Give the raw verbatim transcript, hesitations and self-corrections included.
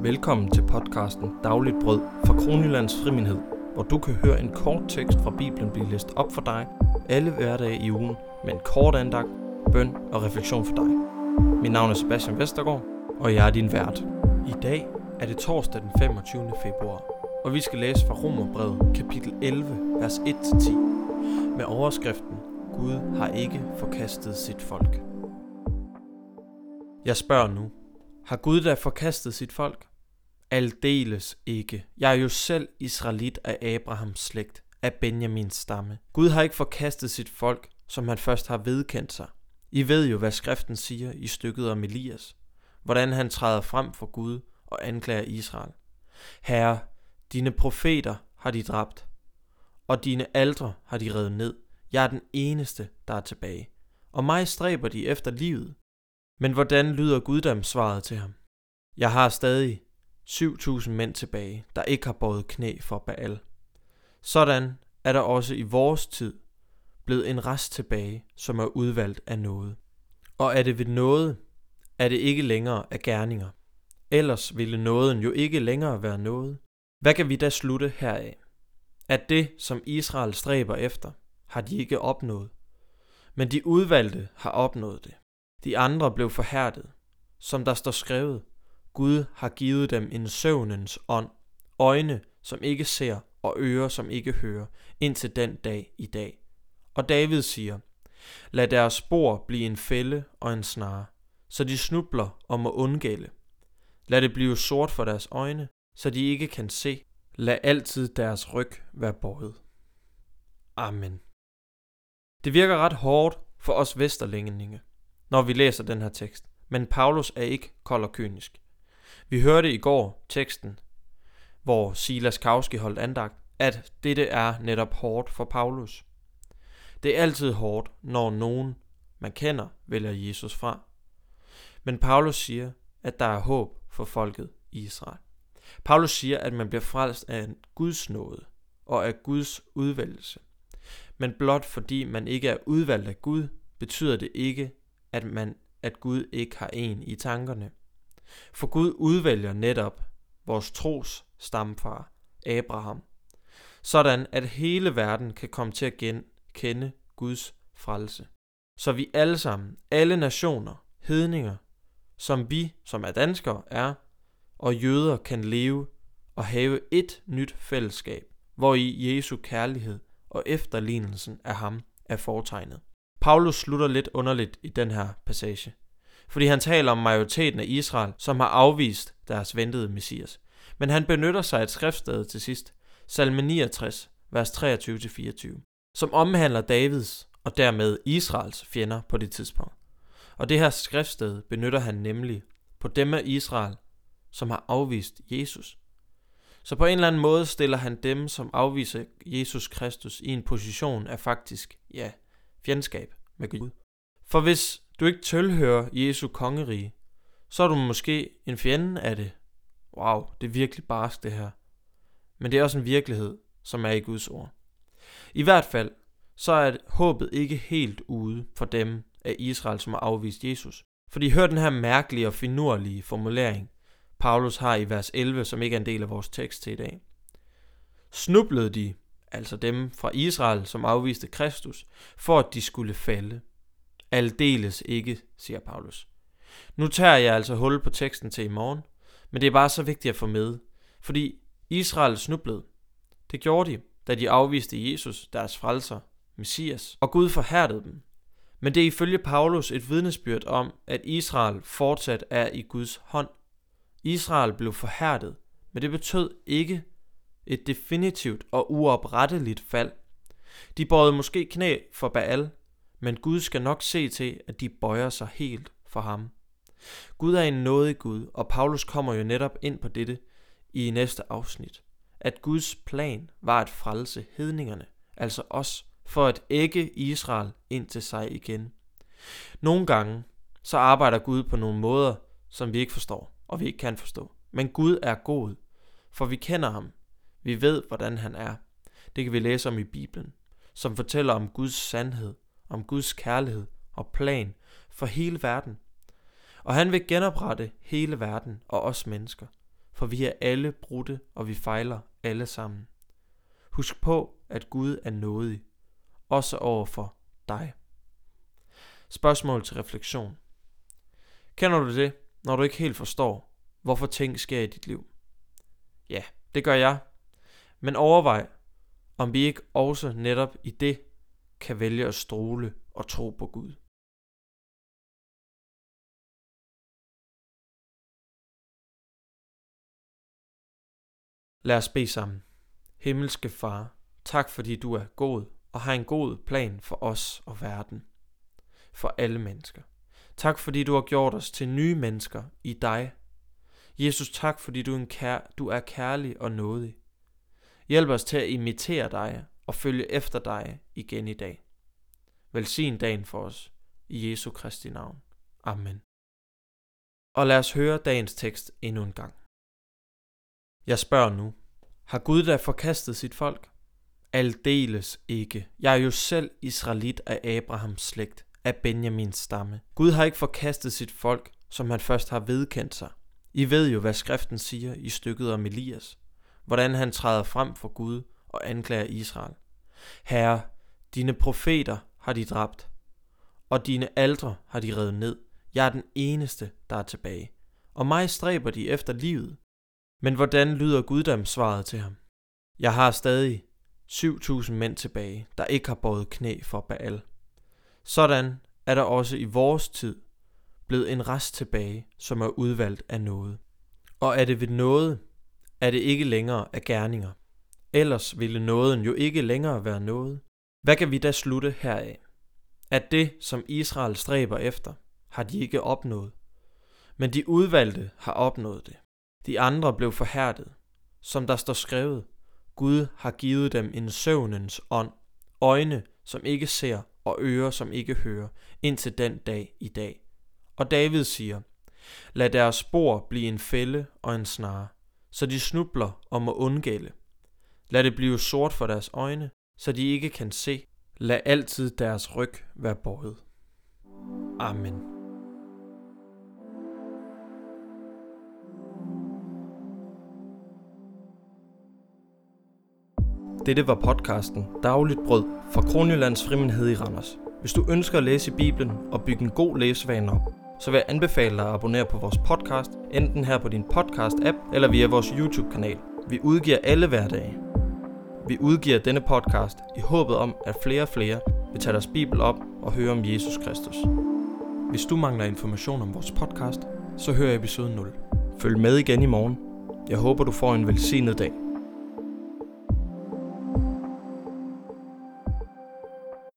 Velkommen til podcasten Dagligt Brød fra Kronjyllands Frimenighed, hvor du kan høre en kort tekst fra Bibelen blive læst op for dig alle hverdage i ugen med en kort andagt, bøn og refleksion for dig. Mit navn er Sebastian Vestergaard, og jeg er din vært. I dag er det torsdag den femogtyvende februar, og vi skal læse fra Romerbrevet kapitel elleve, vers et til ti, med overskriften Gud har ikke forkastet sit folk. Jeg spørger nu, har Gud da forkastet sit folk? Aldeles ikke. Jeg er jo selv israelit af Abrahams slægt, af Benjamins stamme. Gud har ikke forkastet sit folk, som han først har vedkendt sig. I ved jo, hvad skriften siger i stykket om Elias, hvordan han træder frem for Gud og anklager Israel. Herre, dine profeter har de dræbt, og dine aldre har de revet ned. Jeg er den eneste, der er tilbage, og mig stræber de efter livet. Men hvordan lyder Gud svaret til ham? Jeg har stadig syv tusind mænd tilbage, der ikke har bøjet knæ for Baal. Sådan er der også i vores tid blevet en rest tilbage, som er udvalgt af nåde. Og er det ved nåde, er det ikke længere af gerninger. Ellers ville nåden jo ikke længere være nåde. Hvad kan vi da slutte heraf? At det, som Israel stræber efter, har de ikke opnået. Men de udvalgte har opnået det. De andre blev forhærdet, som der står skrevet. Gud har givet dem en søvnens ånd, øjne som ikke ser og ører som ikke hører, indtil den dag i dag. Og David siger, lad deres spor blive en fælde og en snare, så de snubler og må undgælde. Lad det blive sort for deres øjne, så de ikke kan se. Lad altid deres ryg være bøjet. Amen. Det virker ret hårdt for os vesterlændinge, når vi læser den her tekst, men Paulus er ikke kold og kynisk. Vi hørte i går teksten, hvor Silas Kauski holdt andagt, at dette er netop hårdt for Paulus. Det er altid hårdt, når nogen, man kender, vælger Jesus fra. Men Paulus siger, at der er håb for folket i Israel. Paulus siger, at man bliver frelst af en Guds nåde og af Guds udvælgelse. Men blot fordi man ikke er udvalgt af Gud, betyder det ikke, at, man, at Gud ikke har en i tankerne. For Gud udvælger netop vores tros stamfar, Abraham, sådan at hele verden kan komme til at kende Guds frelse. Så vi alle sammen, alle nationer, hedninger, som vi, som er danskere, er, og jøder kan leve og have et nyt fællesskab, hvori Jesu kærlighed og efterlignelsen af ham er fortegnet. Paulus slutter lidt underligt i den her passage, fordi han taler om majoriteten af Israel, som har afvist deres ventede messias. Men han benytter sig af et skriftsted til sidst, salme niogtres, vers treogtyve til fireogtyve, som omhandler Davids og dermed Israels fjender på det tidspunkt. Og det her skriftsted benytter han nemlig på dem af Israel, som har afvist Jesus. Så på en eller anden måde stiller han dem, som afviser Jesus Kristus, i en position af faktisk, ja, fjendskab med Gud. For hvis du ikke tilhører Jesu kongerige, så er du måske en fjende af det. Wow, det er virkelig barsk det her. Men det er også en virkelighed, som er i Guds ord. I hvert fald, så er håbet ikke helt ude for dem af Israel, som har afvist Jesus. For de hører den her mærkelige og finurlige formulering, Paulus har i vers elleve, som ikke er en del af vores tekst til i dag. Snublede de, altså dem fra Israel, som afviste Kristus, for at de skulle falde? Aldeles ikke, siger Paulus. Nu tager jeg altså hul på teksten til i morgen, men det er bare så vigtigt at få med, fordi Israel snublede. Det gjorde de, da de afviste Jesus, deres frelser, Messias, og Gud forhærdede dem. Men det er ifølge Paulus et vidnesbyrd om, at Israel fortsat er i Guds hånd. Israel blev forhærdet, men det betød ikke et definitivt og uopretteligt fald. De bøjede måske knæ for Baal, men Gud skal nok se til, at de bøjer sig helt for ham. Gud er en nådig Gud, og Paulus kommer jo netop ind på dette i næste afsnit. At Guds plan var at frelse hedningerne, altså os, for at ægge Israel ind til sig igen. Nogle gange så arbejder Gud på nogle måder, som vi ikke forstår, og vi ikke kan forstå. Men Gud er god, for vi kender ham. Vi ved, hvordan han er. Det kan vi læse om i Bibelen, som fortæller om Guds sandhed, om Guds kærlighed og plan for hele verden. Og han vil genoprette hele verden og os mennesker, for vi er alle brudte, og vi fejler alle sammen. Husk på, at Gud er nådig, også over for dig. Spørgsmål til refleksion. Kender du det, når du ikke helt forstår, hvorfor ting sker i dit liv? Ja, det gør jeg. Men overvej, om vi ikke også netop i det kan vælge at stole og tro på Gud. Lad os bede sammen. Himmelske Far, tak fordi du er god og har en god plan for os og verden. For alle mennesker. Tak fordi du har gjort os til nye mennesker i dig. Jesus, tak fordi du er, en kær- du er kærlig og nådig. Hjælp os til at imitere dig og følge efter dig igen i dag. Velsign dagen for os. I Jesu Kristi navn. Amen. Og lad os høre dagens tekst endnu en gang. Jeg spørger nu. Har Gud da forkastet sit folk? Aldeles ikke. Jeg er jo selv israelit af Abrahams slægt, af Benjamins stamme. Gud har ikke forkastet sit folk, som han først har vedkendt sig. I ved jo, hvad skriften siger i stykket om Elias. Hvordan han træder frem for Gud og anklager Israel. Herre, dine profeter har de dræbt, og dine aldre har de revet ned. Jeg er den eneste, der er tilbage. Og mig stræber de efter livet. Men hvordan lyder guddomssvaret til ham? Jeg har stadig syv tusind mænd tilbage, der ikke har bøjet knæ for Baal. Sådan er der også i vores tid blevet en rest tilbage, som er udvalgt af nåde. Og er det ved nåde, er det ikke længere af gerninger. Ellers ville nåden jo ikke længere være nåde. Hvad kan vi da slutte heraf? At det, som Israel stræber efter, har de ikke opnået. Men de udvalgte har opnået det. De andre blev forhærdet. Som der står skrevet, Gud har givet dem en søvnens ånd, øjne, som ikke ser, og ører, som ikke hører, indtil den dag i dag. Og David siger, lad deres spor blive en fælde og en snare, så de snubler og må undgælde. Lad det blive sort for deres øjne, så de ikke kan se. Lad altid deres ryg være bøjet. Amen. Dette var podcasten Dagligt Brød fra Kronjyllands Frimenighed i Randers. Hvis du ønsker at læse i Bibelen og bygge en god læsevane op, så vil jeg anbefale dig at abonnere på vores podcast, enten her på din podcast-app eller via vores YouTube-kanal. Vi udgiver alle hverdage. Vi udgiver denne podcast i håbet om, at flere og flere vil tage deres Bibel op og høre om Jesus Kristus. Hvis du mangler information om vores podcast, så hør episode nul. Følg med igen i morgen. Jeg håber, du får en velsignet dag.